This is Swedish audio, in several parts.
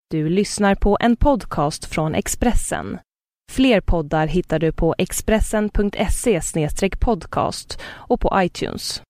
Du lyssnar på en podcast från Expressen. Fler poddar hittar du på expressen.se/podcast och på iTunes.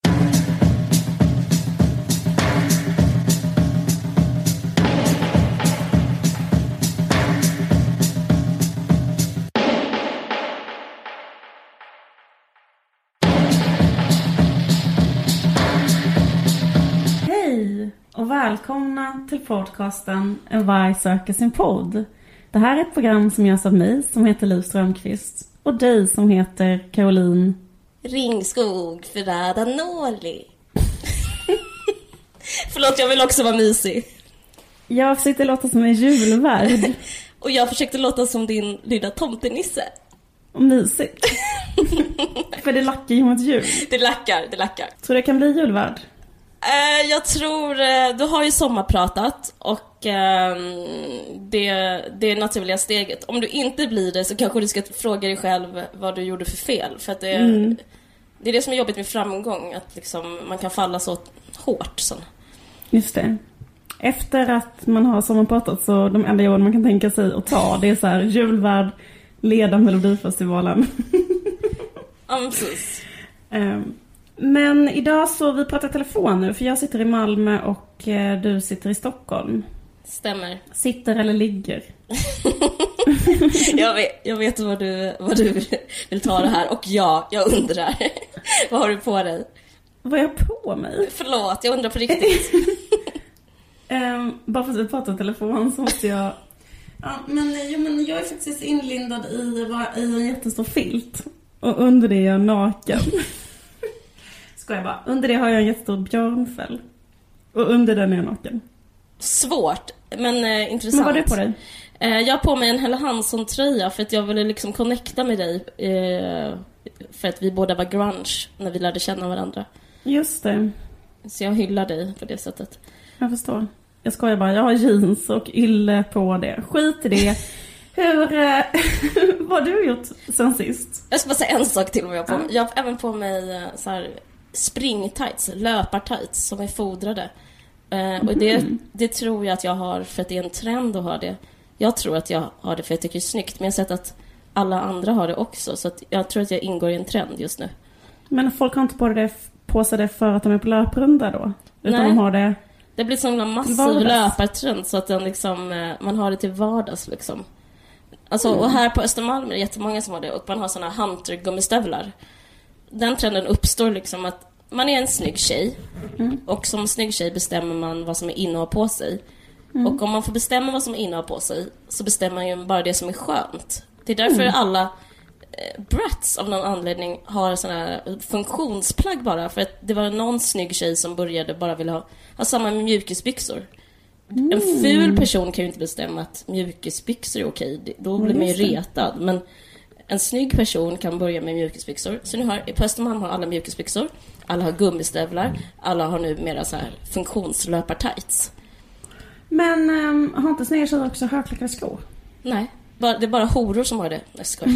Hej och välkomna till podcasten En varg söker sin podd. Det här är ett program som görs av mig som heter Liv Strömqvist och dig som heter Caroline Ringskog Ferrada-Noli. Förlåt, jag vill också vara mysig. Jag försökte låta som en julvärd. Och jag försökte låta som din lilla tomtenisse. Och mysigt. För det lackar ju mot jul. Det lackar. Så det kan bli julvärd. Jag tror, du har ju sommarpratat och det är naturliga steget. Om du inte blir det så kanske du ska fråga dig själv vad du gjorde för fel. För att det är det som är jobbigt med framgång, att liksom man kan falla så hårt. Så. Just det. Efter att man har sommarpratat så de enda ord man kan tänka sig att ta, det är så här: julvärd, leda Melodifestivalen. Ja, precis. Men idag så vi pratar telefon nu, för jag sitter i Malmö och du sitter i Stockholm. Stämmer. Sitter eller ligger? jag vet vad du vill ta det här. Och ja, jag undrar. Vad har du på dig? Vad har jag på mig? Förlåt, jag undrar på riktigt. Bara för att vi pratar telefon så måste jag... Ja, men jag är faktiskt inlindad i en jättestor filt. Och under det är jag naken. Jag bara. Under det har jag en jättestor björnfäll. Och under den är jag naken. Svårt, men intressant. Men vad har du på dig? Jag har på mig en Helle Hansson-tröja för att jag ville liksom connecta med dig. För att vi båda var grunge när vi lärde känna varandra. Just det. Så jag hyllar dig på det sättet. Jag förstår. Jag skojar bara, jag har jeans och ylle på det. Skit i det. Vad har du gjort sen sist? Jag ska bara säga en sak till om jag har på mig. Jag har även på mig så här springtights, löpartights som är fodrade. Och det tror jag att jag har för att det är en trend att ha det. Jag tror att jag har det för att jag tycker det är snyggt. Men jag har sett att alla andra har det också. Så att jag tror att jag ingår i en trend just nu. Men folk har inte på sig det för att de är på löprunda då? Utan Nej. de har det... Det blir som en massiv löpartrend. Så att den liksom, man har det till vardags liksom. Alltså, och här på Östermalm är det jättemånga som har det. Och man har såna hunter-gummistövlar. Den trenden uppstår liksom att man är en snygg tjej. Och som snygg tjej bestämmer man vad som är inne och ha på sig. Och om man får bestämma vad som är inne och ha på sig, så bestämmer man ju bara det som är skönt. Det är därför alla brats av någon anledning har såna här funktionsplagg bara. För att det var någon snygg tjej som började bara vilja ha samma med mjukisbyxor. En ful person kan ju inte bestämma att mjukisbyxor är okej. Då blir man ju retad. Men en snygg person kan börja med mjukisbyxor. Så nu på Östermalm har alla mjukisbyxor. Alla har gummistövlar. Alla har nu mera så här funktionslöpartights. Men har inte snygga tjejer också högklackade skor? Nej, det är bara horor som har det. Jag skojar.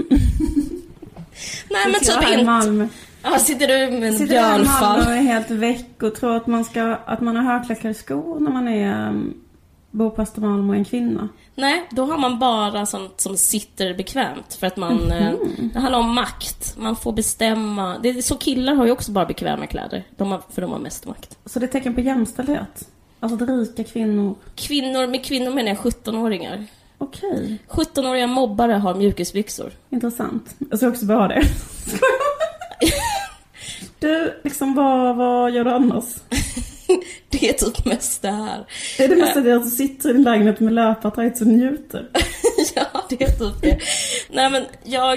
Nej, men typ inte. Ja, sitter du med en björnfall? Sitter du helt väck och tror att man har högklackade skor när man bor på Östermalm och en kvinna? Nej, då har man bara sånt som sitter bekvämt. För att man, det handlar om makt. Man får bestämma. Så killar har ju också bara bekväma kläder. För de har mest makt. Så det är tecken på jämställdhet? Alltså rika kvinnor? Med kvinnor menar jag 17-åringar. Okej. 17-åriga mobbare har mjukisbyxor. Intressant. Jag ska också bara ha det. Du, liksom vad gör du annars? Det är typ mest det här. Är det mest det att du sitter i din lägenhet med löpartights och njuter? Ja, det är typ det. Nej, men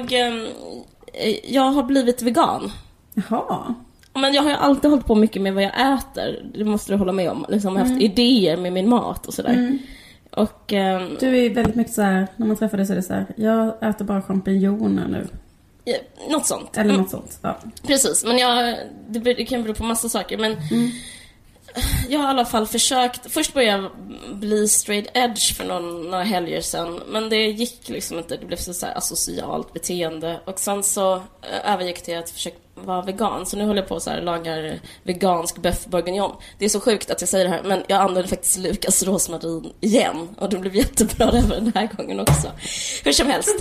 jag har blivit vegan. Jaha. Men jag har ju alltid hållit på mycket med vad jag äter. Det måste du hålla med om. Liksom, jag har haft idéer med min mat och sådär. Och, du är väldigt mycket så här, när man träffar dig så är det så här: jag äter bara champinjoner nu. Något sånt. Eller något sånt, ja. Precis, men det kan bero på massa saker. Men jag har i alla fall försökt. Först började jag bli straight edge för några helger sedan. Men det gick liksom inte. Det blev så här asocialt beteende. Och sen så övergick till att försöka vara vegan. Så nu håller jag på så här lagar vegansk bœuf bourguignon. Det är så sjukt att jag säger det här, men jag använder faktiskt Lukas rosmarin igen. Och det blev jättebra även den här gången också. Hur som helst.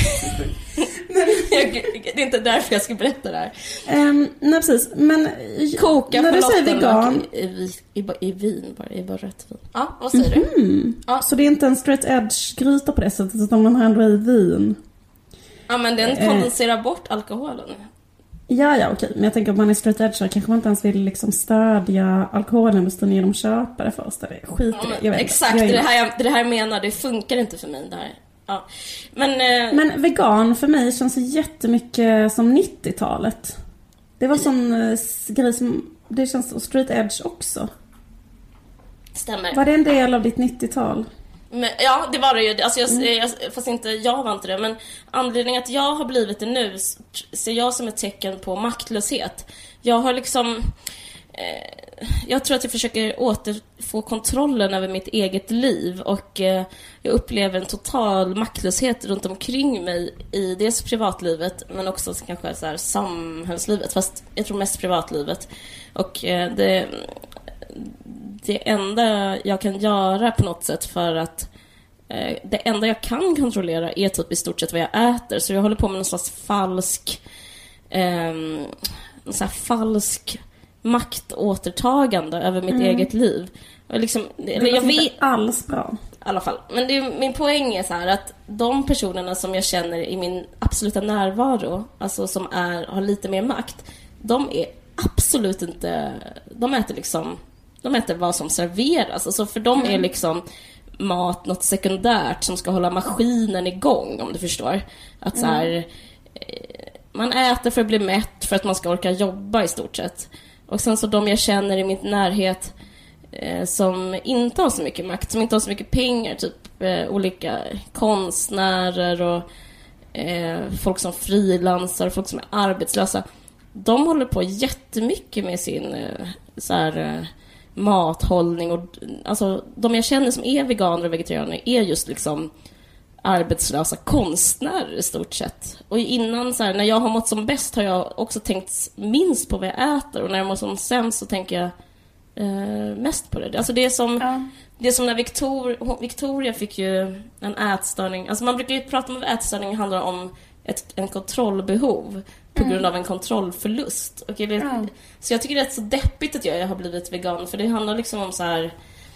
Det är inte därför jag ska berätta det här. Nej, precis. Men koka när du säger vegan i vin, bara i rött vin. Ja, vad säger du? Ja. Så det är inte en straight edge gryta på det sättet, utan man har ändå i vin. Ja, men den kondenserar bort alkoholen. Ja, okej. Men jag tänker att man är straight edge så kanske man inte ens vill liksom stödja alkoholindustrin genom att köpa det först. Det skit i det. Exakt, det här jag menar, det funkar inte för mig där. Ja. Men vegan för mig känns jättemycket som 90-talet. Det var sån grej som det känns straight edge också. Stämmer. Var det en del av ditt 90-tal? Men, ja, det var det ju. Alltså fast inte jag var inte det. Men anledningen att jag har blivit det nu ser jag som ett tecken på maktlöshet. Jag har liksom... jag tror att jag försöker återfå kontrollen över mitt eget liv. Och jag upplever en total maktlöshet runt omkring mig i dels privatlivet, men också kanske så här samhällslivet. Fast jag tror mest privatlivet. Och det enda jag kan göra på något sätt för att det enda jag kan kontrollera är typ i stort sett vad jag äter. Så jag håller på med någon slags falsk maktåtertagande över mitt eget liv. Och liksom, jag vet inte alls bra. I alla fall. Men min poäng är så här att de personerna som jag känner i min absoluta närvaro, alltså som har lite mer makt, de är absolut inte... De äter vad som serveras. Alltså för dem är liksom mat något sekundärt som ska hålla maskinen igång, om du förstår. Att så här, man äter för att bli mätt, för att man ska orka jobba i stort sett. Och sen så de jag känner i min närhet som inte har så mycket makt, som inte har så mycket pengar, typ olika konstnärer och folk som frilansar, folk som är arbetslösa. De håller på jättemycket med sin så här mathållning, och alltså de jag känner som är veganer och vegetarianer är just liksom arbetslösa konstnärer i stort sett. Och innan så här, när jag har mått som bäst har jag också tänkt minst på vad jag äter, och när jag mår som sämst så tänker jag mest på det. Alltså det är som när Victoria fick ju en ätstörning. Alltså man brukar ju prata om att ätstörning handlar om en kontrollbehov på grund av en kontrollförlust. Så jag tycker det är så deppigt att jag har blivit vegan, för det handlar liksom om så här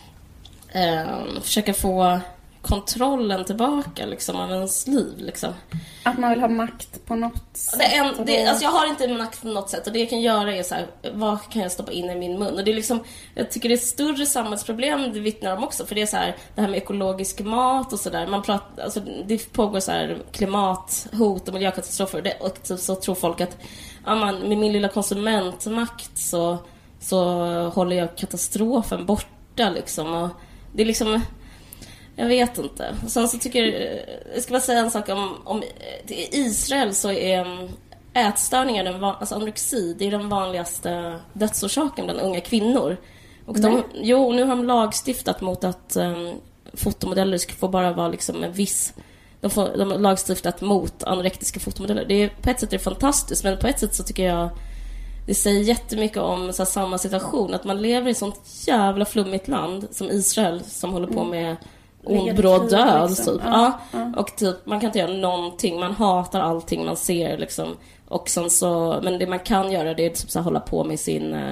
försöka få kontrollen tillbaka liksom av ens liv liksom. Att man vill ha makt på något sätt. Alltså jag har inte makt på något sätt, och det jag kan göra är så här, vad kan jag stoppa in i min mun? Och det är liksom, jag tycker det är större samhällsproblem det vittnar om också, för det är så här, det här med ekologisk mat och så där. Man pratar, alltså det pågår så här klimathot och miljökatastrofer, och så tror folk att med min lilla konsumentmakt så håller jag katastrofen borta liksom. Och det är liksom, jag vet inte. Och sen så tycker jag ska bara säga en sak om i Israel så är ätstörningar, alltså anorexi, det är den vanligaste dödsorsaken bland unga kvinnor. Och nu har de lagstiftat mot att fotomodeller får bara vara liksom en viss... De har lagstiftat mot anorektiska fotomodeller. Det är, på ett sätt är det fantastiskt, men på ett sätt så tycker jag det säger jättemycket om så här, samma situation. Att man lever i ett sånt jävla flummigt land som Israel, som håller på med ond bråd död liksom. Typ. Och typ, man kan inte göra någonting. Man hatar allting man ser liksom. Och sen så, men det man kan göra, det är typ så här, hålla på med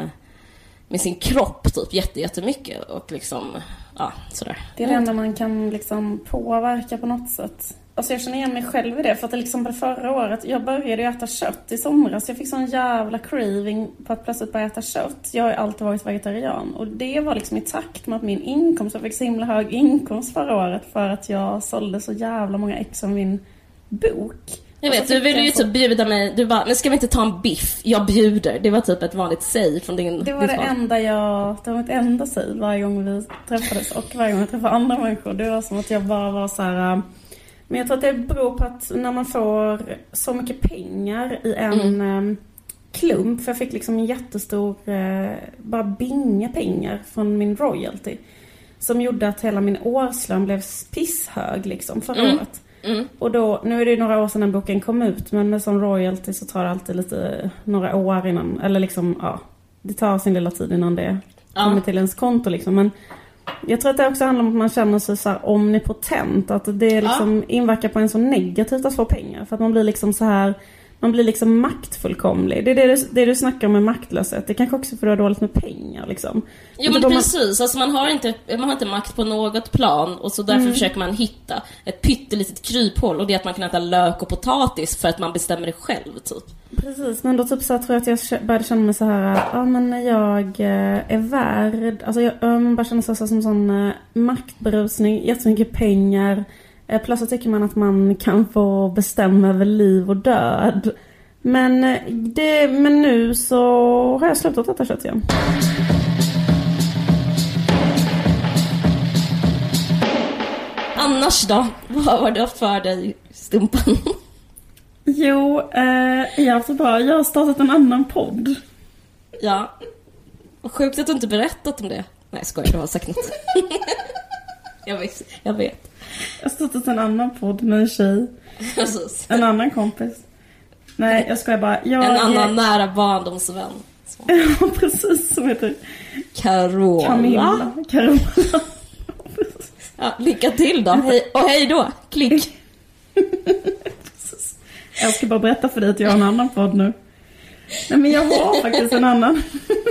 sin kropp typ jättemycket och liksom sådär. Det är det enda man kan liksom påverka på något sätt. Alltså jag känner igen mig själv i det, för att till exempel förra året, jag började äta kött i somras. Jag fick sån jävla craving på att plötsligt börja äta kött. Jag har alltid varit vegetarian, och det var liksom i takt med att min inkomst, jag fick så himla hög inkomst förra året för att jag sålde så jävla många ex av min bok. Jag vet, du ville ju typ bjuda mig, du bara, men ska vi inte ta en biff? Jag bjuder. Det var typ ett vanligt säg från din... Det var det var mitt enda säg varje gång vi träffades, och varje gång jag träffade andra människor. Det var som att jag bara var så här... Men jag tror att det beror på att när man får så mycket pengar i en klump, för jag fick liksom en jättestor, bara binga pengar från min royalty, som gjorde att hela min årslön blev pisshög liksom förra året. Och då, nu är det ju några år sedan den boken kom ut, men med sån royalty så tar det alltid lite några år innan, eller liksom, ja, det tar sin lilla tid innan det kommer till ens konto liksom. Men jag tror att det också handlar om att man känner sig så här omnipotent, att det liksom inverkar på en så negativt att få pengar, för att man blir liksom så här, man blir liksom maktfullkomlig. Det är det du snackar om med maktlöshet. Det kanske också för att du har dåligt med pengar liksom. Jo, men precis, alltså man har inte makt på något plan, och så därför försöker man hitta ett pyttelitet kryphål, och det är att man kan äta lök och potatis för att man bestämmer det själv typ. Precis, men då typ så här, tror jag att jag började känna mig så här, ja men jag är värd, alltså jag bara känner så som sån maktberusning, jättemycket pengar. Plötsligt tycker man att man kan få bestämma över liv och död. Men nu så har jag slutat äta kött igen. Annars då? Vad har du haft för dig, Stumpan? Jo, jag har startat en annan podd. Ja. Vad sjukt att du inte berättat om det. Nej, skojar, du har sagt något. Jag vet. Jag har startat en annan podd med en tjej. Precis. En annan kompis. Nej, jag skojar bara. En annan nära barndomsvän. Ja, precis, som heter Carola. Ja, lycka till då. Hej då. Klick. Jag ska bara berätta för dig att jag har en annan podd nu. Nej, men jag har faktiskt en annan.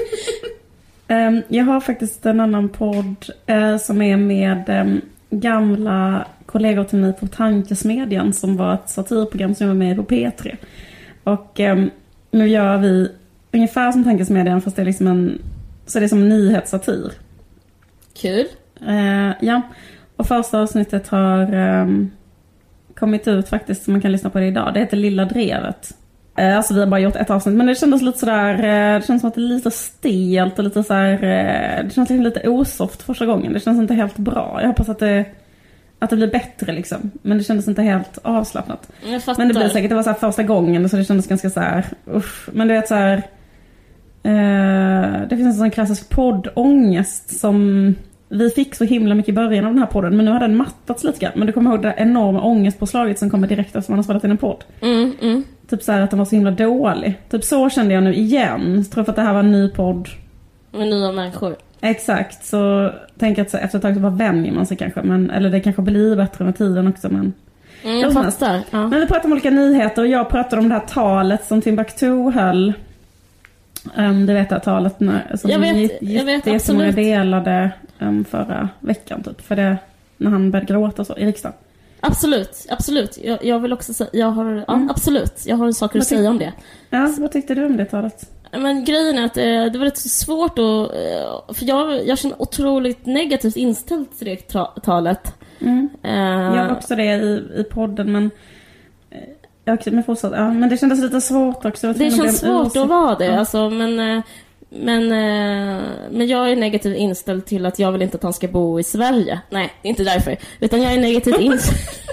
Jag har faktiskt en annan podd som är med gamla kollegor till mig på Tankesmedjan, som var ett satirprogram som jag var med på P3. Och nu gör vi ungefär som Tankesmedjan, fast det är liksom så det är som nyhetssatir. Kul. Ja, och första avsnittet har kommit ut faktiskt, så man kan lyssna på det idag. Det heter Lilla Drevet. Alltså vi har bara gjort ett avsnitt, men det kändes lite sådär, det känns som att det är lite stelt och lite sådär, det känns lite osoft första gången. Det känns inte helt bra. Jag hoppas att det blir bättre liksom, men det kändes inte helt avslappnat. Men det blir säkert, det var så här första gången, så det kändes ganska så här, usch. Men du vet så här, det finns en sån klassisk poddångest som vi fick så himla mycket i början av den här podden, men nu har den mattats lite grann. Men du kommer ihåg det enorma ångestpåslaget som kommer direkt efter man har spelat in en podd. Typ så här att den var så himla dålig. Typ så kände jag nu igen. Jag tror att det här var en ny podd med nya människor. Exakt, så tänk att så efter ett tag så bara vänjer man sig kanske, men, eller det kanske blir bättre med tiden också, men jag fattar. Ja. Men vi pratar om olika nyheter, och jag pratade om det här talet som Timbuktu höll. Du vet det här talet som jag vet jättemånga delade förra veckan typ, för det när han började gråta så i riksdagen. Absolut. Jag vill också säga, absolut. Jag har en sak att säga om det. Ja, vad tyckte du om det talet? Men grejen är att det var lite svårt att, för jag känner otroligt negativt inställd till det talet. Jag har också det i podden, men men det kändes lite svårt också. Det känns svårt att vara det, alltså, men jag är negativt inställd till att jag vill inte att han ska bo i Sverige. Nej, det är inte därför. Utan jag är negativt inställd.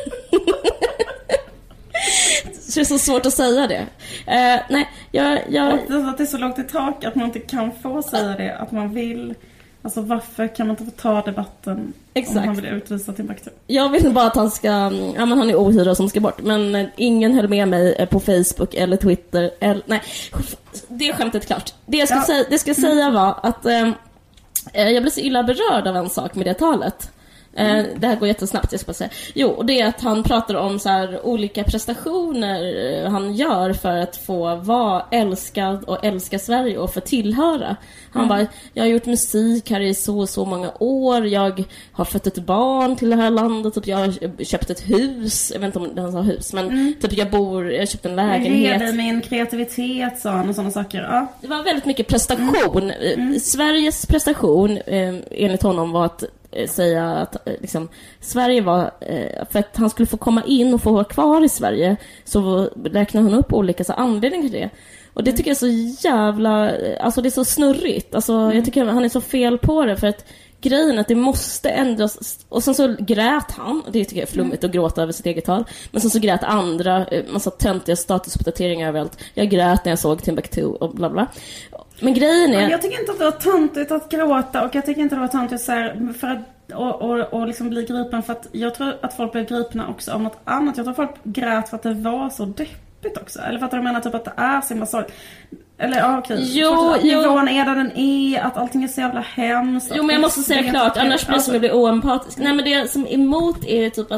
Det är så svårt att säga det. Nej, att det är så långt i tak att man inte kan få säga det. Att man vill. Alltså varför kan man inte få ta debatten? Exakt. Om man vill utvisa till Timbuktu? Jag vill bara att han ska, ja men han är ohyra som ska bort. Men ingen höll med mig på Facebook eller Twitter. Nej, det är skämtet klart. Det jag ska säga var att jag blev så illa berörd av en sak med det talet. Det här går jättesnabbt, jag ska bara säga. Jo, det är att han pratar om så här olika prestationer han gör för att få vara älskad och älska Sverige och få tillhöra. Han bara, jag har gjort musik här i så många år. Jag har fött ett barn till det här landet. Typ jag har köpt ett hus. Jag vet inte om han sa hus, men typ jag har köpt en lägenhet. Jag min kreativitet, sa han, och sådana saker. Ja. Det var väldigt mycket prestation. Sveriges prestation, enligt honom, var att säga att liksom, Sverige var, för att han skulle få komma in och få vara kvar i Sverige, så räknar han upp olika så anledningar till det. Och det tycker jag är så jävla, alltså det är så snurrigt. Alltså jag tycker han är så fel på det, för att grejen är att det måste ändras. Och sen så grät han, och det tycker jag är flummigt att gråta över sitt eget tal. Men sen så grät andra, massa töntiga statusuppdateringar överallt. Jag grät när jag såg Timbuktu och bla bla. Men grejen är... Jag tycker inte att det var töntigt att gråta, och jag tycker inte att det var töntigt så här, för att och liksom bli gripen för att jag tror att folk blev gripna också av något annat. Jag tror folk grät för att det var så deppigt också. Eller för att de menar typ att det är så himla sorg. Eller ja, okej. Nivån är där den är, att allting är så jävla hemskt. Jo, men jag måste säga klart, annars blir det som att bli oempatisk. Nej, men det som är emot är typ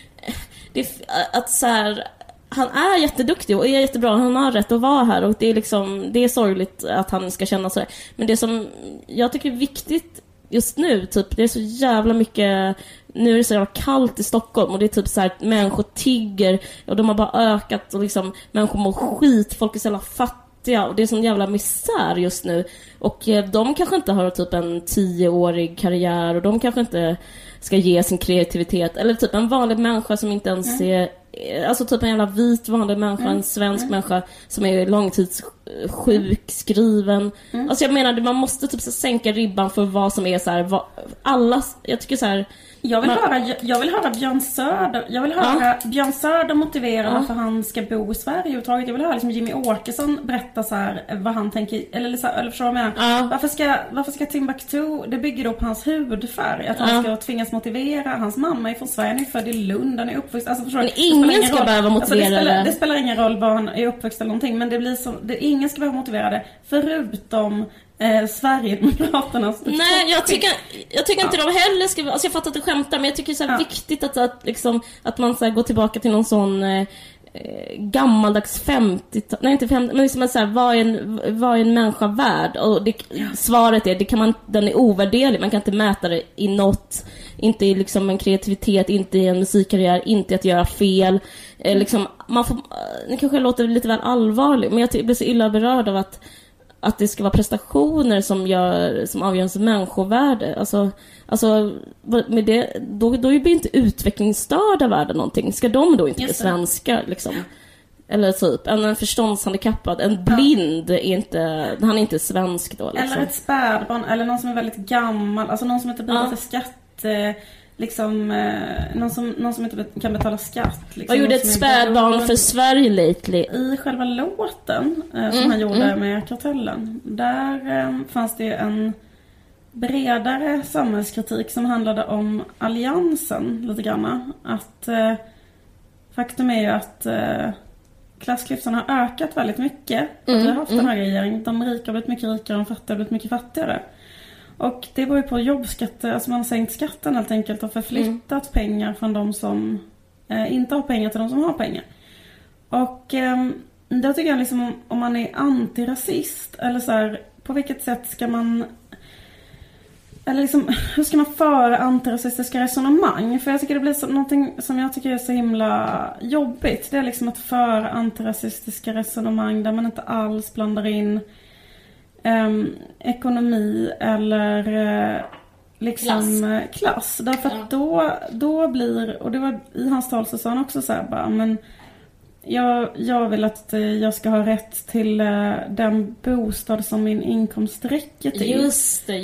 att så här, han är jätteduktig och är jättebra, han har rätt att vara här och det är liksom, det är sorgligt att han ska känna så här. Men det som jag tycker är viktigt just nu, typ, det är så jävla mycket. Nu är det så jävla kallt i Stockholm och det är typ så här, människor tigger och de har bara ökat och liksom, människor mår skit, folk är så jävla fattiga och det är sån jävla misär just nu. Och de kanske inte har typ en 10-årig karriär och de kanske inte ska ge sin kreativitet, eller typ en vanlig människa som inte ens är, alltså typ en jävla vit vanlig människa, en svensk människa som är långtidssjukskriven. Alltså jag menar, man måste typ så sänka ribban för vad som är så här, alla, jag tycker så här. Jag vill höra Björn Söder. Jag vill höra Björn Söder motivera varför han ska bo i Sverige överhuvudtaget. Jag vill höra liksom Jimmy Åkesson berätta så här vad han tänker, eller förstår vad jag menar. Varför ska Timbuktu, det bygger då på hans hudfärg, att han ska tvingas motivera. Hans mamma är från Sverige, han är född i Lund, han är uppväxt, alltså förstår. Men ingen ska behöva motivera alltså, det spelar ingen roll var han är uppväxt eller någonting, men det blir så, ingen ska behöva motivera det förutom Sverigedemokraternas. Nej, jag tycker inte de heller ska, alltså jag fattar att du skämtar, men jag tycker det är så viktigt att man så här går tillbaka till någon sån gammaldags 50, nej inte 50, men liksom så här, vad är en människa värd? Och svaret är, den är ovärderlig, man kan inte mäta det i något, inte i liksom en kreativitet, inte i en musikkarriär, inte att göra fel, liksom, det kanske låter lite väl allvarligt, men jag blir så illa berörd av att det ska vara prestationer som avgör ens människovärde. Alltså med det, då blir inte utvecklingsstörda värda någonting. Ska de då inte bli svenska liksom? Eller typ en förståndshandikappad, en blind är inte, han är inte svensk då liksom. Eller ett spädbarn, eller någon som är väldigt gammal, alltså någon som inte bidrar till skatt, liksom någon som inte kan betala skatt liksom. Vad gjorde ett spädbarn för Sverige lately? I själva låten som han gjorde med Kartellen, där fanns det en bredare samhällskritik som handlade om alliansen lite grann. Att faktum är ju att klassklyftorna har ökat väldigt mycket. Att vi har haft en högre regering. De rika har blivit mycket rikare och de fattiga har blivit mycket fattigare. Och det beror ju på jobbskatter, alltså man har sänkt skatten helt enkelt och förflyttat pengar från de som inte har pengar till de som har pengar. Och då tycker jag liksom, om man är antirasist, eller så här, på vilket sätt ska man, eller liksom, hur ska man föra antirasistiska resonemang? För jag tycker det blir så, någonting som jag tycker är så himla jobbigt. Det är liksom att föra antirasistiska resonemang där man inte alls blandar in ekonomi eller liksom klass. Därför att då blir, och det var i hans tal så sa han också så här bara, men jag vill att jag ska ha rätt till den bostad som min inkomst räcker till. Just det.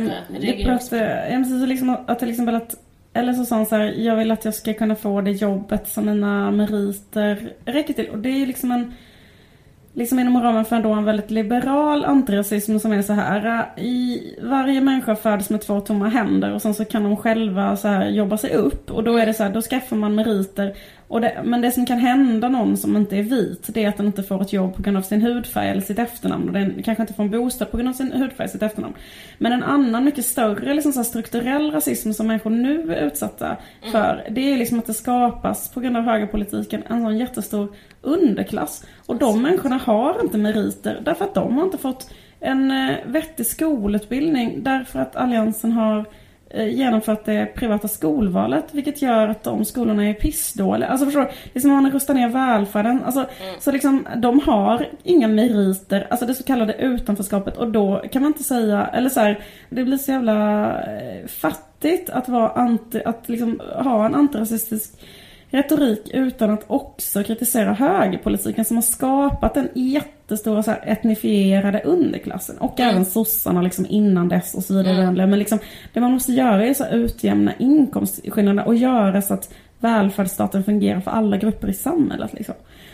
Liksom att till exempel att, eller så sa han så här, jag vill att jag ska kunna få det jobbet som mina meriter räcker till. Och det är liksom liksom inom ramen för en väldigt liberal antirasism som är så här, i varje människa föds med 2 tomma händer och sen så kan de själva så här jobba sig upp, och då är det så här, då skaffar man meriter, men det som kan hända någon som inte är vit, det är att den inte får ett jobb på grund av sin hudfärg eller sitt efternamn, och den kanske inte får en bostad på grund av sin hudfärg och sitt efternamn. Men en annan mycket större liksom så här strukturell rasism som människor nu är utsatta för, det är liksom att det skapas på grund av högerpolitiken en sån jättestor underklass, och de människorna har inte meriter därför att de har inte fått en vettig skolutbildning, därför att alliansen har genomfört det privata skolvalet, vilket gör att de skolorna är pissdåliga. Alltså förstår du, liksom man rustar ner välfärden, alltså, så liksom de har inga meriter, alltså det så kallade utanförskapet, och då kan man inte säga, eller så här, det blir så jävla fattigt att vara att liksom ha en antirasistisk retorik utan att också kritisera högerpolitiken som har skapat en jättestora så här etnifierade underklassen, och även sossarna liksom innan dess och så vidare. Men liksom, det man måste göra är så utjämna inkomstskillnaderna och göra så att välfärdsstaten fungerar för alla grupper i samhället liksom.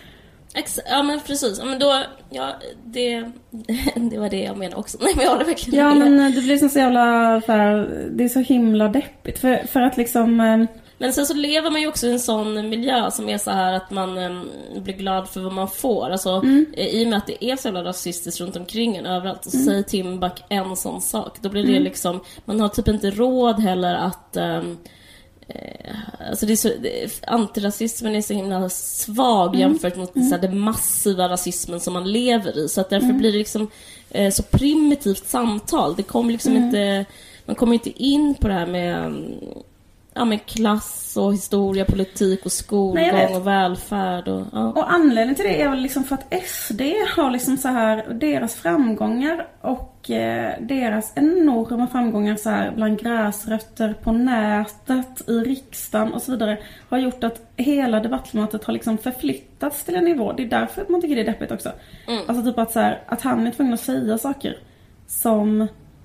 Ja, men precis. Ja, men då, ja, det var det jag menade också. Nej, men jag håller verkligen Ja, med. men det blir så jävla det är så himla deppigt för att liksom men sen så lever man ju också i en sån miljö som är så här att man blir glad för vad man får. Alltså, i och med att det är så jävla rasistiskt runt omkring en överallt, så säger Timbuk en sån sak. Då blir det liksom, man har typ inte råd heller att alltså antirasismen är så himla svag jämfört med så här, den massiva rasismen som man lever i. Så att därför blir det liksom så primitivt samtal. Det kommer liksom inte, man kommer inte in på det här med klass och historia, politik och skolgång och välfärd och anledningen till det är väl liksom för att SD har liksom så här deras framgångar och deras enorma framgångar så här bland gräsrötter på nätet, i riksdagen och så vidare har gjort att hela debattklimatet har liksom förflyttats till en nivå. Det är därför man tycker det är deppigt också. Alltså typ att så här, att han är tvungen att säga saker som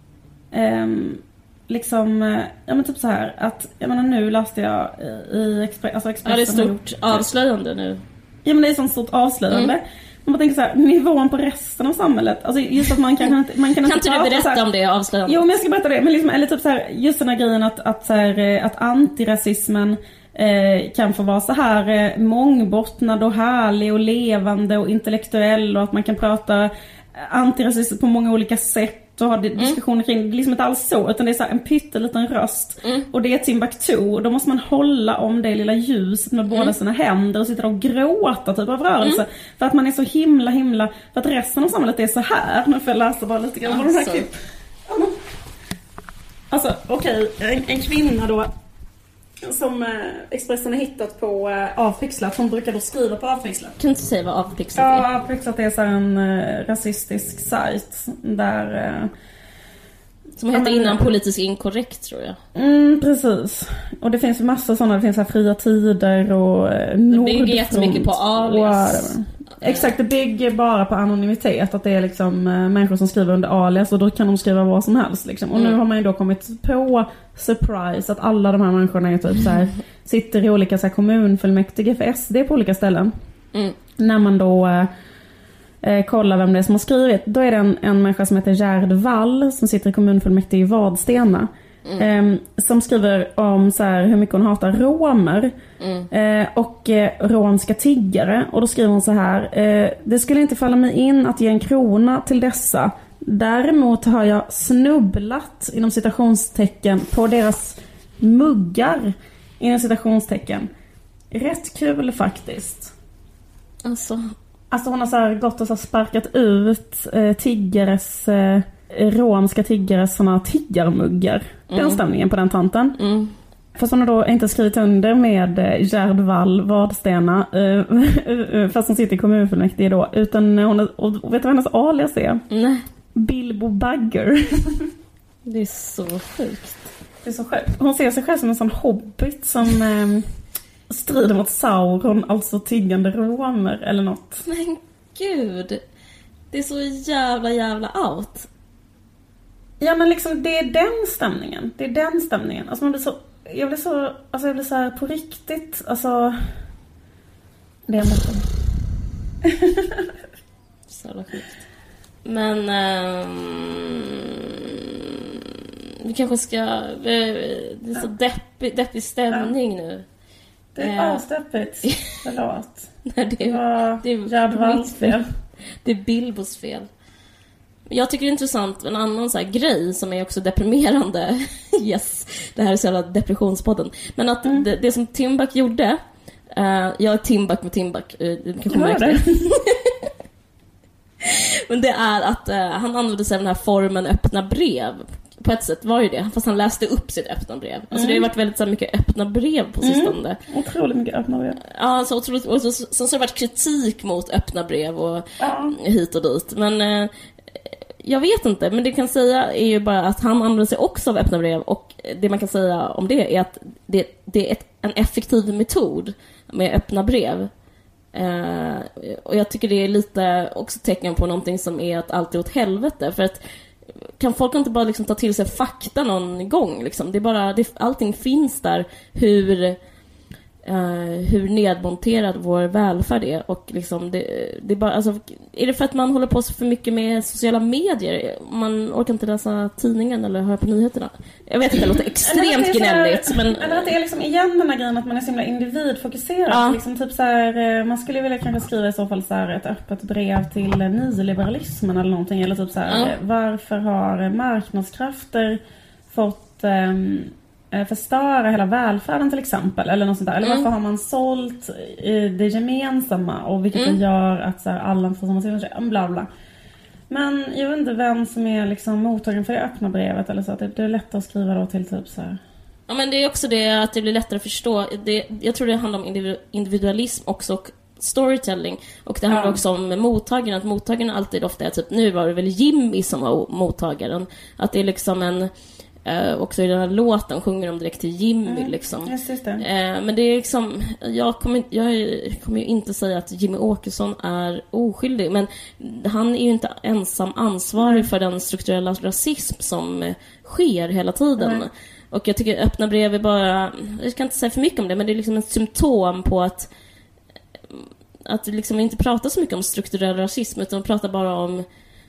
liksom, ja men typ så här att, jag menar nu läste jag i Expressen. Ja, det är stort avslöjande nu. Ja, men det är sånt stort avslöjande. Man tänker så här, nivån på resten av samhället. Alltså just att man kan inte kan inte du berätta här, om det avslöjandet? Jo, men jag ska berätta det. Men liksom, eller typ så här, just den här grejen att antirasismen kan få vara så här mångbottnad och härlig och levande och intellektuell, och att man kan prata antirasism på många olika sätt och ha diskussioner kring det. Det är liksom inte alls så, utan det är så här en pytteliten röst. Och det är Timbuktu, och då måste man hålla om det lilla ljuset med båda sina händer och sitta och gråta typ av rörelse. För att man är så himla, för att resten av samhället är så här. Nu får jag läsa bara lite grann vad de här klipp. Alltså, okej, en kvinna då som Expressen har hittat på Avpixlat. Hon brukar då skriva på Avpixlat. Kan du inte säga vad Avpixlat är? Ja, Avpixlat är så en rasistisk sajt där som heter innan politiskt inkorrekt, tror jag. Precis. Och det finns massor sådana. Det finns så här Fria Tider och det bygger jättemycket på alias. Exakt, det bygger bara på anonymitet. Att det är liksom människor som skriver under alias, och då kan de skriva vad som helst liksom. Och nu har man ju då kommit på surprise att alla de här människorna är typ så här, sitter i olika så här kommunfullmäktige för SD på olika ställen. När man då kollar vem det är som har skrivit, då är det en människa som heter Gerd Wall som sitter i kommunfullmäktige i Vadstena. Som skriver om så här, hur mycket hon hatar romer och romska tiggare. Och då skriver hon så här: det skulle inte falla mig in att ge en krona till dessa. Däremot har jag snubblat inom citationstecken på deras muggar inom citationstecken. Rätt kul faktiskt. Alltså hon har så här gått och så sparkat ut tiggares romska tiggares såna tiggarmuggar. Den stämningen på den tanten. Fast hon har då inte skrivit under med Gerd Wall Vadstena fast hon sitter i kommunfullmäktige då, utan hon och vet du vad hennes alias är? Nej. Bilbo Bagger. Det är så sjukt. Det är så sjukt. Hon ser sig själv som en sån hobbit som strider mot Sauron, alltså tiggande romer eller något. Men gud, det är så jävla out. Ja, men liksom det är den stämningen. Det är den stämningen. Alltså man blir så, jag blir så här på riktigt, alltså det är en bättre. Så jävla sjukt. Men vi kanske ska det är så deppig stämning nu. Det är asdeppigt. Förlåt. Nej, det är Gerd Walls fel. Det är Bilbos fel. Jag tycker det är intressant en annan så här grej som är också deprimerande. Yes, det här är så jävla depressionspodden. Men att det som Timbuk gjorde, jag är Timbuk med Timbuk. Kanske märkte. Men det är att han använde sig av den här formen öppna brev. På ett sätt var ju det, fast han läste upp sitt öppna brev. Alltså det har varit väldigt så mycket öppna brev på sistone. Otroligt mycket öppna brev. Ja, så otroligt. Och så har det varit kritik mot öppna brev och hit och dit. Men jag vet inte, men det kan säga är ju bara att han använder sig också av öppna brev. Och det man kan säga om det är att det är en effektiv metod med öppna brev. Och jag tycker det är lite också tecken på någonting som är att allt är åt helvete. För att kan folk inte bara liksom ta till sig fakta någon gång liksom? Det är bara, allting finns där. hur nedmonterad vår välfärd är. Och liksom det är bara, alltså, är det för att man håller på så för mycket med sociala medier? Man orkar inte läsa tidningen eller höra på nyheterna. Jag vet inte, det låter extremt gnälligt. Eller att det är liksom igen den här grejen att man är så himla individfokuserad. Ja. Liksom typ så här, man skulle vilja kanske skriva i så fall så här ett öppet brev till nyliberalismen eller någonting. Eller typ så här, varför har marknadskrafter fått förstöra hela välfärden till exempel, eller något sånt där. Eller varför har man sålt det gemensamma och vilket gör att så här, alla får samma situation, bla bla. Men jag vet inte vem som är liksom mottagaren för det öppna brevet eller så, att det är lättare att skriva då till typ så här. Ja, men det är också det att det blir lättare att förstå. Jag tror det handlar om individualism också, och storytelling. Och det handlar också om mottagaren, att mottagaren alltid ofta är typ, nu var det väl Jimmy som var mottagaren. Att det är liksom en också i den här låten sjunger de direkt till Jimmy liksom. Just det. Men det är liksom, jag kommer ju inte säga att Jimmy Åkesson är oskyldig, men han är ju inte ensam ansvarig för den strukturella rasism som sker hela tiden. Och jag tycker öppna brev är bara, jag kan inte säga för mycket om det, men det är liksom ett symptom på att liksom inte prata så mycket om strukturell rasism, utan prata bara om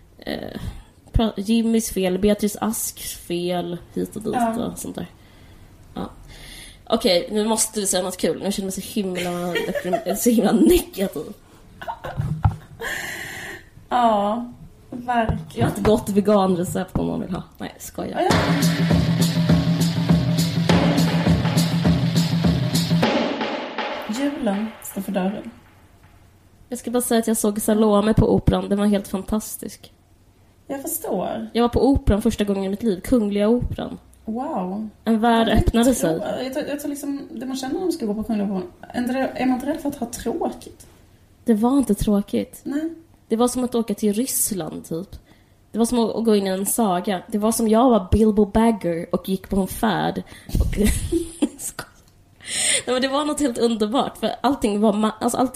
Jimmys fel, Beatrice Asks fel, hit och dit och sånt där. Ja. Okej, nu måste vi säga något kul. Nu känner jag mig så himla negativ. Ja, verkligen. Jag har ett gott veganrecept om någon vill ha. Nej, skojar. Ja. Julen står för dörren. Jag ska bara säga att jag såg Salome på operan. Den var helt fantastisk. Jag förstår. Jag var på operan första gången i mitt liv. Kungliga operan. Wow. En värld öppnade sig. Jag tror liksom, det man känner när man ska gå på Kungliga operan, är man inte rädd för att ha tråkigt? Det var inte tråkigt. Nej. Det var som att åka till Ryssland typ. Det var som att gå in i en saga. Det var som jag var Bilbo Bagger och gick på en färd. Och nej, men det var något helt underbart. För allting var...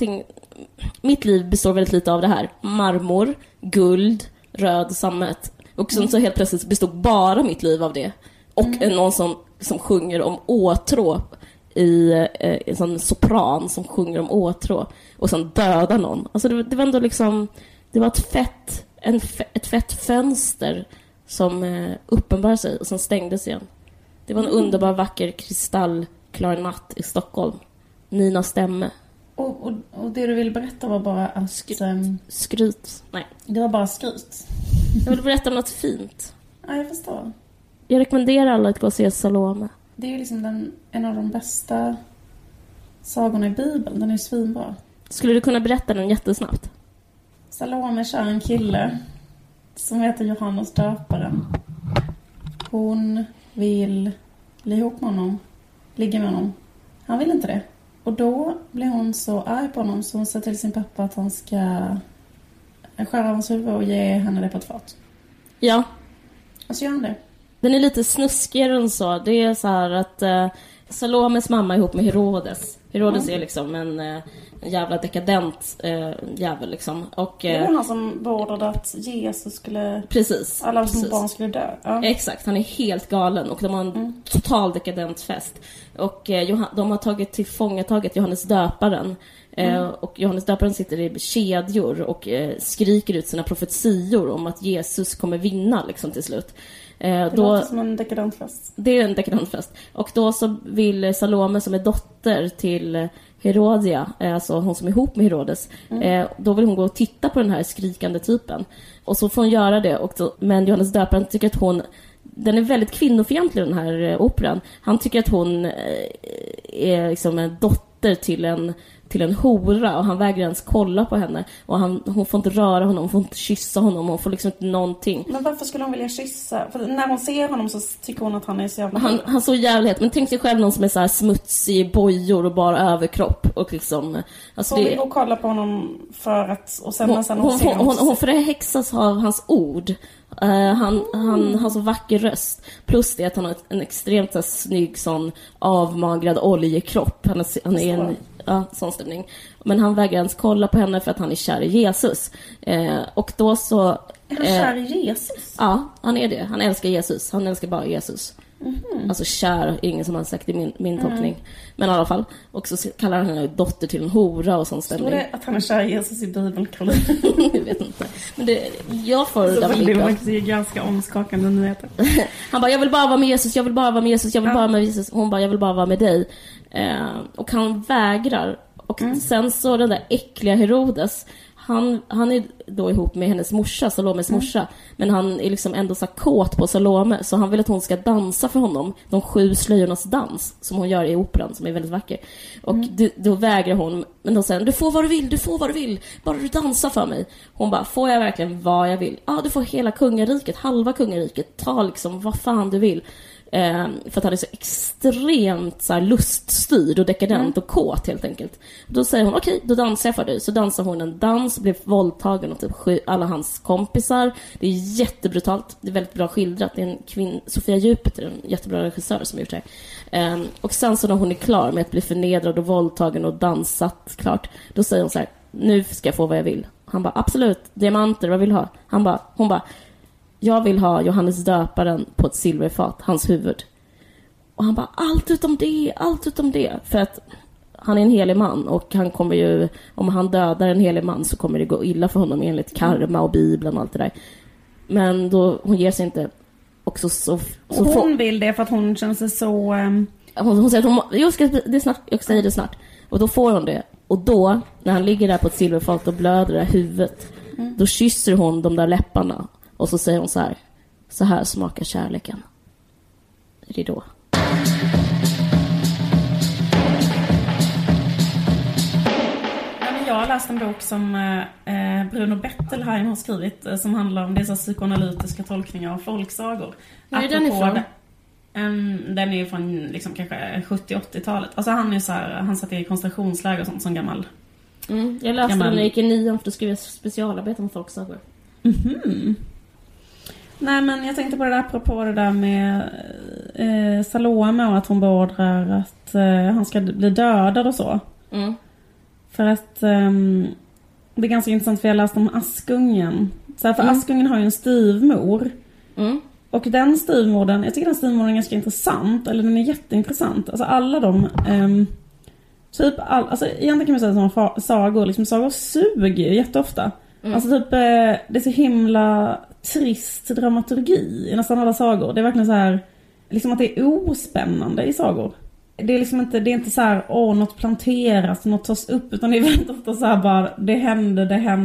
Mitt liv består väldigt lite av det här. Marmor, guld, röd sammet. Och så helt plötsligt bestod bara mitt liv av det. Och någon som sjunger om åtrå i en sån sopran som sjunger om åtrå. Och sen dödar någon. Alltså det var ändå liksom... Det var ett fett fönster som uppenbar sig och sen stängdes igen. Det var en underbar vacker kristallklar natt i Stockholm. Nina Stämme. Och det du vill berätta var bara att... Skryt. Nej. Det var bara skryt. Jag vill berätta om något fint. Ja, jag förstår. Jag rekommenderar alla att gå och se Salome. Det är ju liksom en av de bästa sagorna i Bibeln. Den är svinbra. Skulle du kunna berätta den jättesnabbt? Salome kör en kille som heter Johannes döparen. Hon vill bli ihop med honom. Ligga med honom. Han vill inte det. Och då blir hon så arg på honom så hon säger till sin pappa att han ska skära av hans huvud och ge henne det på ett fat. Ja. Och så gör han det. Den är lite snuskigare än så. Det är så här att Salomes mamma är ihop med Herodes. Herodes är liksom en jävla dekadent jävel liksom. Och, det var han som beordrade att Jesus skulle... Precis. Alla som barn skulle dö. Ja. Exakt, han är helt galen. Och de har en total dekadent fest. Och de har tillfångataget Johannes döparen. Och Johannes döparen sitter i kedjor och skriker ut sina profetior om att Jesus kommer vinna liksom till slut. Det låter som en dekadent fest. Det är en dekadent fest. Och då så vill Salome, som är dotter till Herodia, alltså hon som är ihop med Herodes, då vill hon gå och titta på den här skrikande typen. Och så får hon göra det. Men Johannes döparen tycker att den är väldigt kvinnofientlig, den här operan. Han tycker att hon är liksom en dotter till en hora, och han vägrar ens kolla på henne, och hon får inte röra honom, hon får inte kyssa honom, hon får liksom inte någonting. Men varför skulle hon vilja kyssa? För när hon ser honom så tycker hon att han är så jävla... Han så jävligt, men tänk dig själv någon som är så här smutsig, bojor och bara överkropp och liksom... Alltså hon vill gå och kolla på honom för att... Och sen hon förhäxas av hans ord. Han har så vacker röst. Plus det att han har en extremt så här, snygg sån avmagrad oljekropp. Han är en... Ja, sån stämning. Men han vägrar ens kolla på henne för att han är kär i Jesus. Och då så... Är han kär i Jesus? Ja, han är det. Han älskar Jesus. Han älskar bara Jesus. Alltså kär är ingen som har sagt i min tolkning. Men i alla fall. Och så kallar han henne dotter till en hora och sån stämning. Står det att han är kär i Jesus i Bibeln, Caroline? Jag vet inte. Men jag får det var lika. Det är ganska omskakande nyheter. Han bara, jag vill bara vara med Jesus, jag vill bara vara med Jesus, jag vill bara vara med Jesus. Hon bara, jag vill bara vara med dig. Och han vägrar. Och sen så den där äckliga Herodes, han är då ihop med hennes morsa, Salomes morsa. Men han är liksom ändå så kåt på Salome. Så han vill att hon ska dansa för honom. De 7 slöjornas dans som hon gör i operan, som är väldigt vacker. Och då vägrar hon. Men då säger han, du får vad du vill. Bara du dansar för mig. Hon bara, får jag verkligen vad jag vill? Ja, du får hela kungariket, halva kungariket. Ta liksom vad fan du vill. För att han är så extremt så här, luststyrd och dekadent och kåt helt enkelt. Då säger hon, okej, då dansar jag för dig. Så dansar hon en dans, blir våldtagen av typ alla hans kompisar. Det är jättebrutalt, det är väldigt bra skildrat. Det är Sofia Jupiter, en jättebra regissör som har gjort det. Och sen så när hon är klar med att bli förnedrad och våldtagen och dansat klart, då säger hon så här, nu ska jag få vad jag vill. Han bara, absolut, diamanter, vad vill du ha? Hon bara, jag vill ha Johannes döparen på ett silverfat, hans huvud. Och han bara, allt utom det. För att han är en helig man. Och han kommer ju, om han dödar en helig man så kommer det gå illa för honom enligt karma och Bibeln och allt det där. Men då, hon ger sig inte. Och så hon vill det för att hon känner sig så... Hon säger att jag säger det snart. Och då får hon det. Och då, när han ligger där på ett silverfat och blöder det huvudet, då kysser hon de där läpparna. Och så säger hon så här smakar kärleken. Ridå. Jag har läst en bok som Bruno Bettelheim har skrivit som handlar om dessa psykoanalytiska tolkningar av folksagor. Var är den ifrån? Den är ju från liksom, kanske 70-80-talet. Alltså han satt i koncentrationsläger och sånt som gammal. Jag läste den när jag gick i 9 för att skriva specialarbete om folksagor. Nej, men jag tänkte på det där apropå det där med Salome och att hon beordrar att han ska bli dödad och så. För att det är ganska intressant för jag läste om Askungen. Så här, för Askungen har ju en styvmor. Och den styvmorden, jag tycker den styvmorden är ganska intressant. Eller den är jätteintressant. Alltså alla de alltså egentligen kan man säga som sagor. Liksom sagor suger jätteofta. Alltså typ det är så himla trist dramaturgi i nästan alla sagor. Det är verkligen så här liksom att det är ospännande i sagor. Det är liksom inte, det är inte så här något planteras, något tas upp, utan det är väldigt ofta så här bara det hände.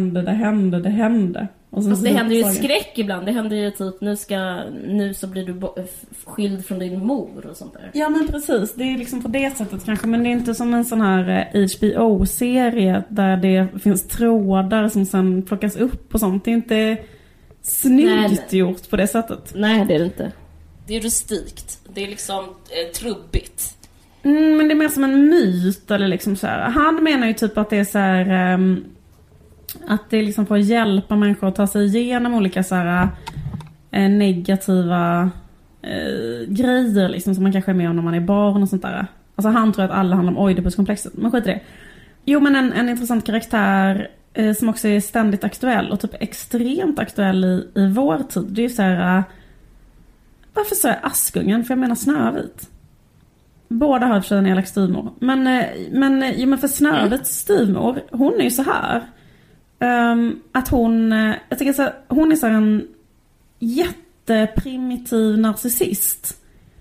Och fast det händer ju skräck ibland. Det händer ju typ nu så blir du skild från din mor och sånt där. Ja, men precis. Det är liksom på det sättet kanske, men det är inte som en sån här HBO-serie där det finns trådar som sen plockas upp och sånt. Det är inte snyggt gjort på det sättet. Nej, det är det inte. Det är rustikt. Det är liksom trubbigt. Men det är mer som en myt eller liksom så här. Han menar ju typ att det är så här att det är liksom för att hjälpa människor att ta sig igenom olika så här negativa grejer liksom som man kanske är med om när man är barn och sånt där. Alltså han tror att alla handlar om Oidipuskomplexet, men skit i det. Jo, men en intressant karaktär som också är ständigt aktuell och typ extremt aktuell i vår tid. Det är ju så här varför så är Askungen? För jag menar Snövit. Båda har för en elak styvmor. Men för Snövits styvmor, hon är ju så här att jag tycker så här, hon är så här en jätteprimitiv narcissist.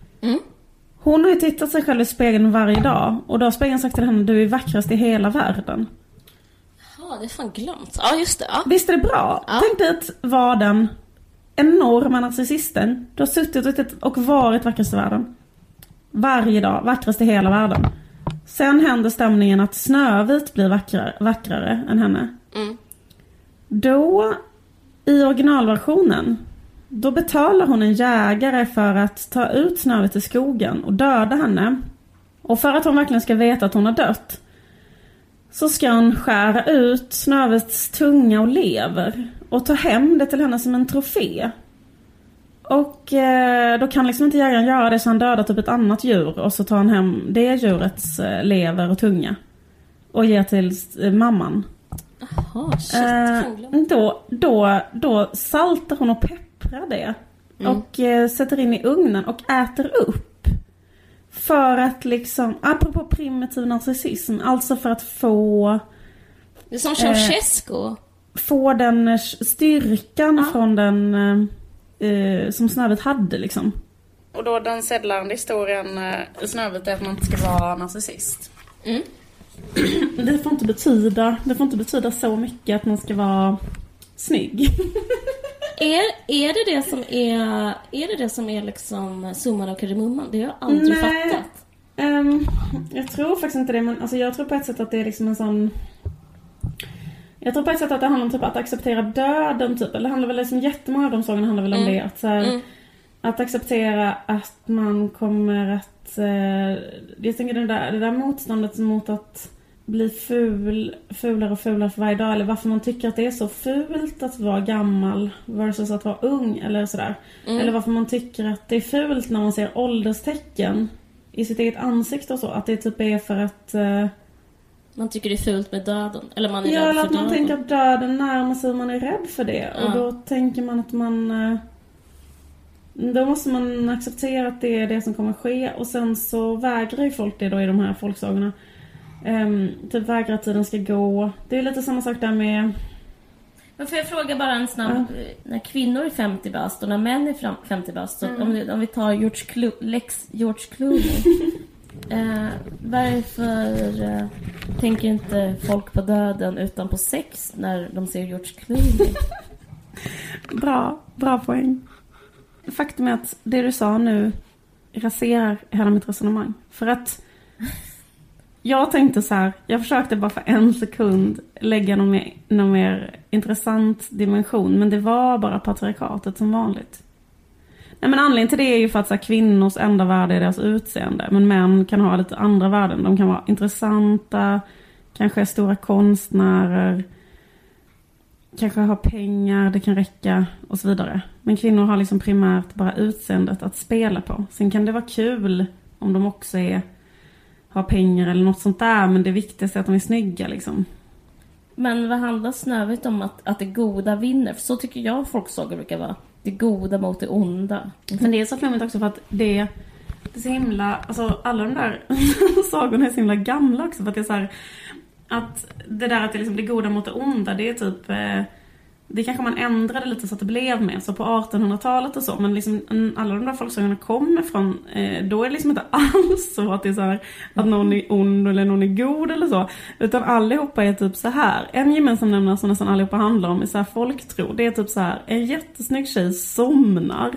Hon har ju tittat sig själv i spegeln varje dag och då har spegeln sagt till henne, du är vackrast i hela världen. Ja, det är fan glömt. Ja, just det. Ja. Visst är det bra? Ja. Tänk dig att vara den enorma narcissisten. Du har suttit och varit vackrast i världen. Varje dag, vackrast i hela världen. Sen händer stämningen att Snövit blir vackrare än henne. Då, i originalversionen, då betalar hon en jägare för att ta ut Snövit i skogen och döda henne. Och för att hon verkligen ska veta att hon har dött, så ska hon skära ut Snövits tunga och lever och ta hem det till henne som en trofé. Och då kan liksom inte jägaren göra det, så han dödar typ ett annat djur och så tar han hem det djurets lever och tunga och ger till mamman. Jaha, shit. Då saltar hon och pepprar det och sätter in i ugnen och äter upp. För att liksom, apropå primitiv narcissism, alltså för att få... Det är som Ceausescu. Få den styrkan från den som Snövit hade liksom. Och då den sedlande historien Snövit är att man inte ska vara narcissist. Det får inte betyda så mycket att man ska vara snygg. Är det det som är liksom summan av kardemumman? Det har jag aldrig fattat. Jag tror faktiskt inte det, men alltså jag tror på ett sätt att det är liksom en sån... Jag tror på ett sätt att det handlar om typ att acceptera döden typ. Eller det handlar väl liksom, jättemånga av de sakerna handlar väl om det. Att, så här, att acceptera att man kommer att... jag tänker det där motståndet mot att bli fulare och fulare för varje dag. Eller varför man tycker att det är så fult att vara gammal versus att vara ung. Eller sådär. Eller varför man tycker att det är fult när man ser ålderstecken i sitt eget ansikte och så. Att det typ är för att... man tycker det är fult med döden. Eller man är rädd eller för att man döden. tänker att döden närmar sig och man är rädd för det. Och då tänker man att man... Då måste man acceptera att det är det som kommer ske. Och sen så vägrar ju folk det då i de här folksagorna. Typ vägrar att tiden ska gå. Det är lite samma sak där med... Men får jag fråga bara en snabb... När kvinnor är 50 bast och när män är 50 bast. Så om vi tar George Clooney. Varför tänker inte folk på döden utan på sex när de ser George Clooney? Bra poäng. Faktum är att det du sa nu raserar hela mitt resonemang. För att jag tänkte så här, jag försökte bara för en sekund lägga någon mer intressant dimension, men det var bara patriarkatet som vanligt. Nej, men anledningen till det är ju för att så här, kvinnors enda värde är deras utseende. Men män kan ha lite andra värden. De kan vara intressanta, kanske är stora konstnärer, kanske har pengar, det kan räcka och så vidare. Men kvinnor har liksom primärt bara utseendet att spela på. Sen kan det vara kul om de också har pengar eller något sånt där. Men det viktigaste är att de är snygga liksom. Men vad handlar Snövit om att det goda vinner? För så tycker jag folksagor brukar vara. Det goda mot det onda. Men det är så flummigt också för att det är så himla... Alltså alla de där sagorna är så himla gamla också. För att det är så här... Att det där att det är liksom det goda mot det onda, det är typ... Det kanske man ändrade lite så att det blev med. Så på 1800-talet och så. Men liksom alla de där folksagorna kommer från... Då är det liksom inte alls så att det är så här... Att någon är ond eller någon är god eller så. Utan allihopa är typ så här. En gemensam nämnare som nästan allihopa handlar om är så här folktro. Det är typ så här. En jättesnygg tjej somnar.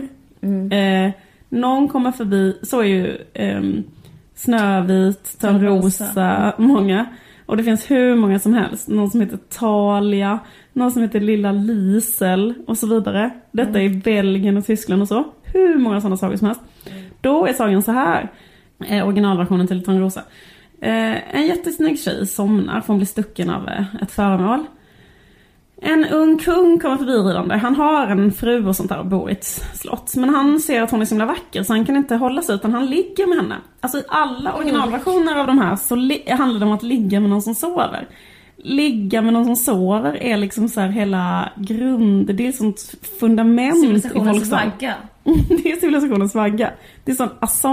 Någon kommer förbi. Så är ju Snövit, Törnrosa, många. Och det finns hur många som helst. Någon som heter Talia, någon som heter Lilla Lisel och så vidare. Detta är Belgien och Tyskland och så. Hur många sådana sagor som helst. Då är sagan så här. Originalversionen till Törnrosa. En jättesnygg tjej somnar för hon blir stucken av ett föremål. En ung kung kommer förbi ridande. Han har en fru och sånt där och bor i ett slott. Men han ser att hon är så himla vacker så han kan inte hålla sig utan han ligger med henne. Alltså i alla originalversioner av de här så handlar det om att ligga med någon som sover. Ligga med någon som sover är liksom så här hela grund. Det är ett sånt fundament i folks vagga. Det är civilisationens vagga. Det är sån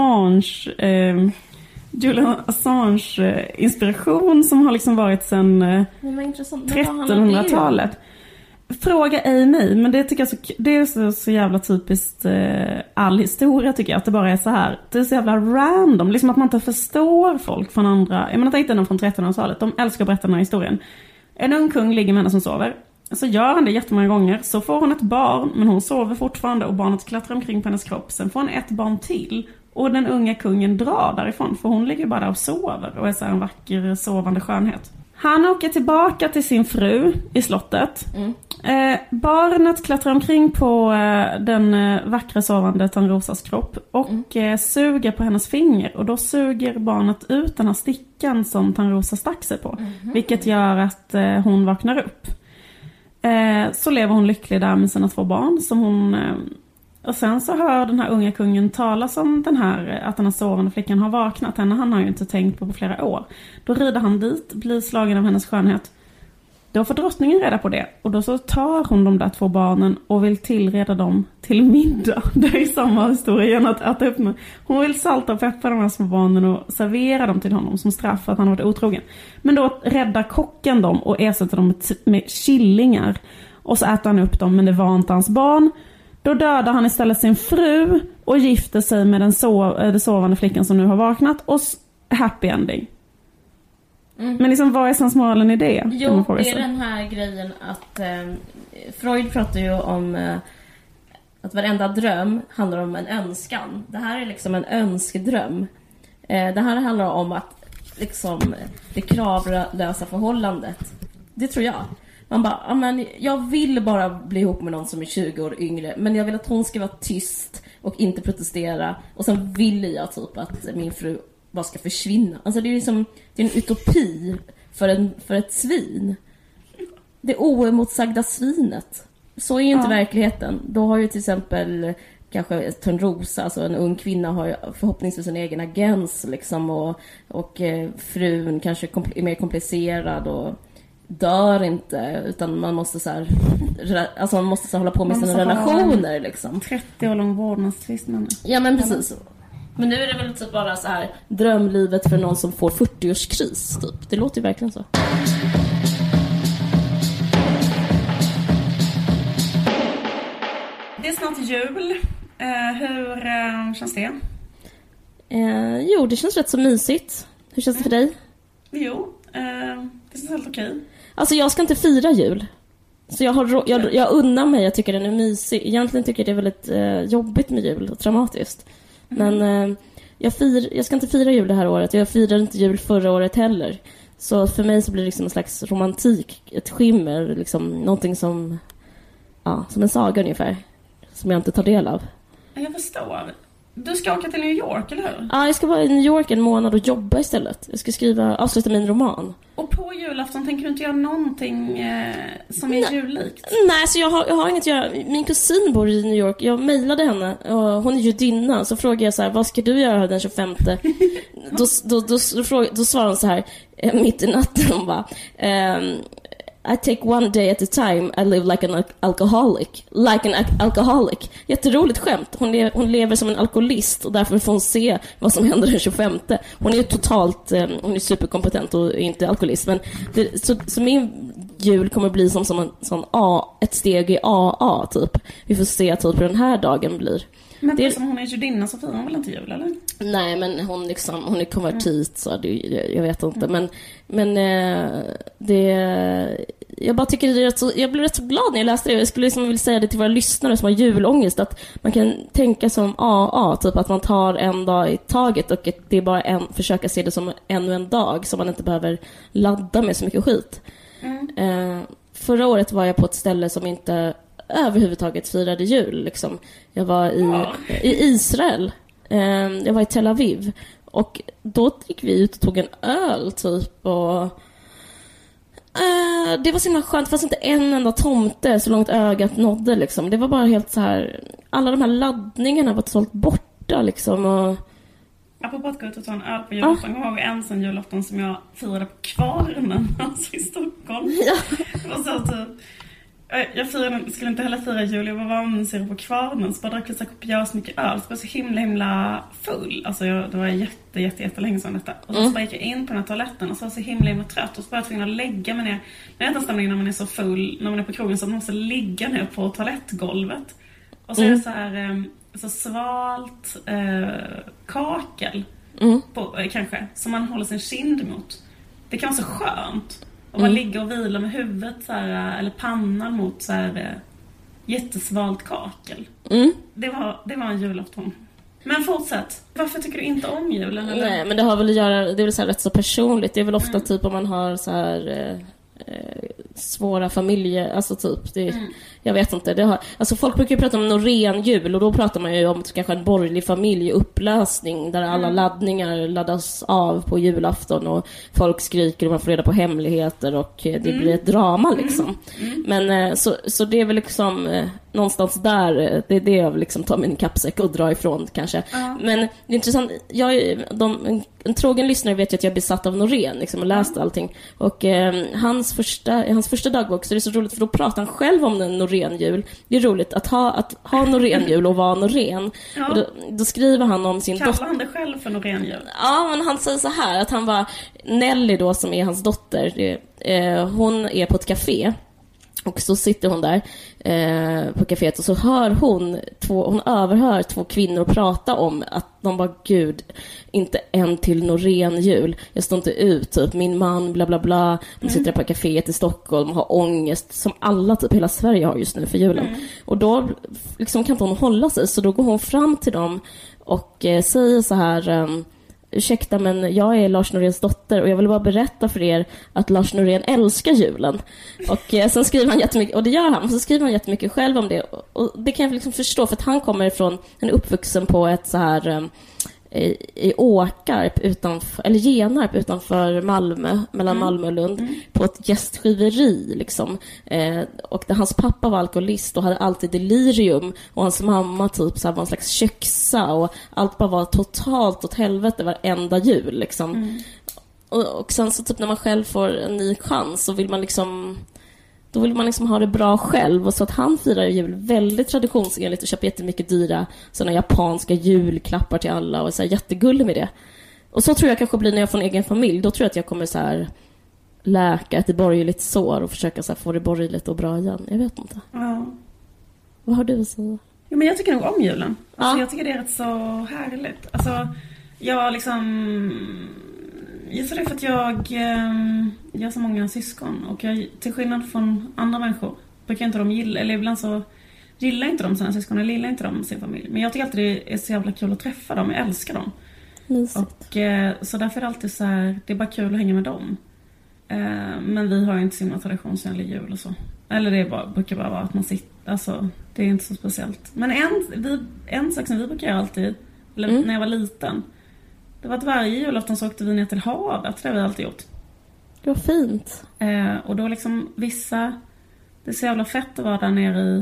Julian Assange inspiration som har liksom varit sedan 1300-talet. Fråga ej mig, men det tycker jag det är så jävla typiskt all historia tycker jag, att det bara är så här. Det är så jävla random, liksom att man inte förstår folk från andra. Jag menar, tänk den från 1300-talet. De älskar att berätta den här historien. En ung kung ligger med henne som sover. Så gör han det jättemånga gånger. Så får hon ett barn, men hon sover fortfarande och barnet klättrar omkring på hennes kropp. Sen får hon ett barn till. Och den unga kungen drar därifrån, för hon ligger bara där och sover och är så här en vacker sovande skönhet. Han åker tillbaka till sin fru i slottet. Barnet klättrar omkring på den vackra sovande Törnrosas kropp och suger på hennes finger. Och då suger barnet ut den här stickan som Törnrosa stack sig på. Vilket gör att hon vaknar upp. Så lever hon lycklig där med sina 2 barn som hon... Och sen så hör den här unga kungen talas om att den här sovande flickan har vaknat. Henne han har ju inte tänkt på flera år. Då rider han dit, blir slagen av hennes skönhet Då får drottningen reda på det. Och då så tar hon de där 2 barnen och vill tillreda dem till middag. Det är samma historia igen att öppna. Hon vill salta och peppra de här små barnen och servera dem till honom som straff för att han har varit otrogen. Men då räddar kocken dem och ersätter dem med killingar. Och så äter han upp dem, men det var inte hans barn. Då dödar han istället sin fru och gifter sig med den sovande flickan som nu har vaknat. Och happy ending. Mm. Men liksom, vad är sensmoralen i det? Jo, det är den här grejen att Freud pratar ju om att varenda dröm handlar om en önskan. Det här är liksom en önskedröm. Det här handlar om att liksom det kravlösa förhållandet. Det tror jag. Man bara, men jag vill bara bli ihop med någon som är 20 år yngre, men jag vill att hon ska vara tyst och inte protestera. Och sen vill jag typ att min fru bara ska försvinna. Alltså det är liksom, det är en utopi för ett svin. Det oemotsagda svinet. Så är ju inte verkligheten. Då har ju till exempel kanske Törnrosa, alltså en ung kvinna, har ju förhoppningsvis en egen agens liksom, och frun kanske är mer komplicerad och dör inte, utan man måste så här, alltså man måste så här hålla på med sina relationer liksom. 30 år lång vårdnadstvist. Ja, men precis. Men nu är det väl typ bara så här drömlivet för någon som får 40-årskris typ. Det låter ju verkligen så. Det är snart jul. Hur känns det? Jo, det känns rätt så mysigt. Hur känns det för dig? Jo, det känns helt okej. Alltså jag ska inte fira jul. Så jag unnar mig, jag tycker den är mysig. Egentligen tycker jag det är väldigt jobbigt med jul och traumatiskt. Men jag ska inte fira jul det här året. Jag firade inte jul förra året heller. Så för mig så blir det liksom en slags romantik, ett skimmer, liksom någonting som en saga ungefär, som jag inte tar del av. Jag förstår. Du ska åka till New York, eller hur? Ja, jag ska vara i New York en månad och jobba istället. Jag ska avsluta min roman. Och på julafton tänker du inte göra någonting som är jullikt? Nej, så jag har inget att göra. Min kusin bor i New York. Jag mejlade henne, och hon är judinna. Så frågade jag så här, vad ska du göra den 25? Då svarade hon så här, mitt i natten, hon bara... I take one day at a time. I live like an alcoholic. Jätteroligt skämt. Hon lever som en alkoholist och därför får hon se vad som händer den 25. Hon är ju totalt, hon är superkompetent och är inte alkoholist. Men så min jul kommer bli som ett steg i AA typ. Vi får se typ hur den här dagen blir. Men det är som hon är judinna, så firar hon väl inte jul, eller? Nej, men hon är konvertit, så jag vet inte. Men det... Jag bara tycker jag blev rätt så glad när jag läste det. Jag skulle liksom vilja säga det till våra lyssnare som har julångest, att man kan tänka som AA, typ att man tar en dag i taget och att det är bara försöka se det som ännu en dag som man inte behöver ladda med så mycket skit. Förra året var jag på ett ställe som inte överhuvudtaget firade jul liksom. Jag var i Israel. Jag var i Tel Aviv. Och då gick vi ut och tog en öl typ. Och det var så himla skönt. Det fanns inte en enda tomte så långt ögat nådde liksom. Det var bara helt så här. Alla de här laddningarna var totalt borta liksom. Och... Apropå att gå ut och ta en öl på julafton. Jag har en sån julafton som jag firade på Kvarnen, alltså i Stockholm. Det var så typ. Jag skulle inte heller fira jul. Jag var van på Kvarnen, så bara drack lite kopiöst mycket öl. Så jag var så himla full. Alltså det var jättelänge sedan detta. Och så bara gick jag in på den här toaletten och så var så himla trött. Och så bara tvungen att lägga mig ner. Det är inte stämningen när man är så full, när man är på krogen, så man måste ligga ner på toalettgolvet. Och så är det så här så svalt kakel på, kanske, som man håller sin kind mot. Det kan vara så skönt. Och man ligger och vilar med huvudet så här, eller pannan mot så här jättesvalt kakel. Det var en julafton. Men fortsätt. Varför tycker du inte om julen? Eller? Nej, men det har väl att göra, det är väl så här rätt så personligt. Det är väl ofta typ om man har så här svåra familjer, alltså typ det, jag vet inte, alltså folk brukar ju prata om Norén jul, och då pratar man ju om kanske en borgerlig familjeupplösning där alla laddningar laddas av på julafton och folk skriker och man får reda på hemligheter och det blir ett drama liksom. Men så det är väl liksom någonstans där, det är det jag liksom tar min kappsäck och drar ifrån kanske. Men det är intressant, en trogen lyssnare vet ju att jag är besatt av Norén liksom, och läst allting. Och hans första dagbok, så det är så roligt för då pratar han själv om en Norén-jul. Det är roligt att ha Norén-jul och vara Norén. Och då skriver han om sin dotter. Kallar han det själv för Norén-jul? Ja, men han säger så här att han var Nelly då, som är hans dotter. Hon är på ett café. Och så sitter hon där på kaféet och så hör hon överhör 2 kvinnor prata om att de bara, gud, inte en till Norén-jul. Jag står inte ut, typ, min man, bla bla bla. De sitter på kaféet i Stockholm och har ångest, som alla, typ hela Sverige har just nu för julen. Och då liksom kan inte hon hålla sig, så då går hon fram till dem och säger så här... ursäkta, men jag är Lars Noréns dotter och jag vill bara berätta för er att Lars Norén älskar julen. Och sen skriver han jättemycket, och det gör han, och så skriver han jättemycket själv om det. Och det kan jag liksom förstå, för att han kommer ifrån, han är uppvuxen på ett så här i Åkarp eller Genarp utanför Malmö, mellan Malmö och Lund, på ett gästgiveri liksom. Och där hans pappa var alkoholist och hade alltid delirium, och hans mamma typ så här var en slags köksa, och allt bara var totalt åt helvete varenda jul liksom. Och sen så typ när man själv får en ny chans så vill man liksom, då vill man liksom ha det bra själv. Och så att han firar jul väldigt traditionsenligt och köper jättemycket dyra såna japanska julklappar till alla och är så här jättegullig med det. Och så tror jag kanske blir när jag får en egen familj. Då tror jag att jag kommer så här läka ett borgerligt sår och försöka så här få det borgerligt och bra igen. Jag vet inte. Ja. Vad har du att säga? Jo, men jag tycker nog om julen. Alltså, jag tycker det är rätt så härligt. Alltså, jag liksom... Just det, för att jag har så många syskon, och jag, till skillnad från andra människor, brukar inte de gilla, eller ibland så gillar inte de sina syskon, eller gillar inte de sin familj. Men jag tycker alltid det är så jävla kul att träffa dem, jag älskar dem. Och så därför är det alltid så här, det är bara kul att hänga med dem. Men vi har ju inte sin tradition som gäller jul och så. Eller det är brukar bara vara att man sitter, alltså det är inte så speciellt. Men en sak som vi brukar göra alltid, eller när jag var liten, det var att varje julafton så åkte vi ner till havet. Det har vi alltid gjort. Det var fint. Och då liksom vissa... Det är så jävla fett att vara där nere i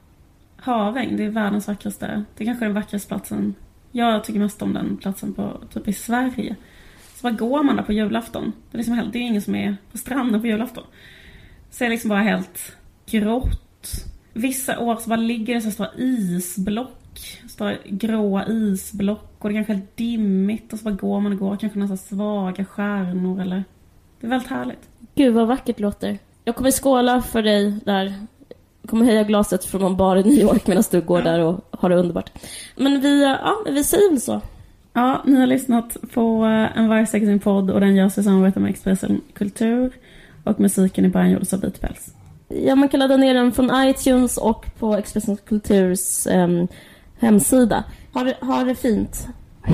Haväng. Det är världens vackraste. Det är kanske den vackraste platsen. Jag tycker mest om den platsen på, typ i Sverige. Så bara går man där på julafton. Det är liksom helt, det är ingen som är på stranden på julafton. Så är det liksom bara helt grått. Vissa år så bara ligger det så stora isblock. Stora gråa isblock. Och det är kanske helt dimmigt. Och så bara går man och går. Kanske nästan svaga stjärnor. Eller... Det är väldigt härligt. Gud vad vackert låter. Jag kommer skåla för dig där. Jag kommer höja glaset från någon bar i New York medan du går där och har det underbart. Men vi säger väl så. Ja, ni har lyssnat på en varje sin podd, och den görs i samarbete med Expressen Kultur, och musiken i början gjordes av Beatpels. Ja, man kan ladda ner den från iTunes och på Expressen Kulturs hemsida. Ha det fint.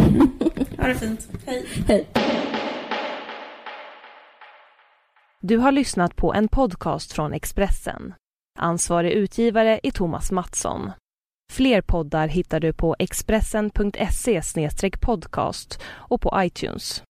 Ha det fint. Hej. Hej. Du har lyssnat på en podcast från Expressen. Ansvarig utgivare är Thomas Mattsson. Fler poddar hittar du på expressen.se/podcast och på iTunes.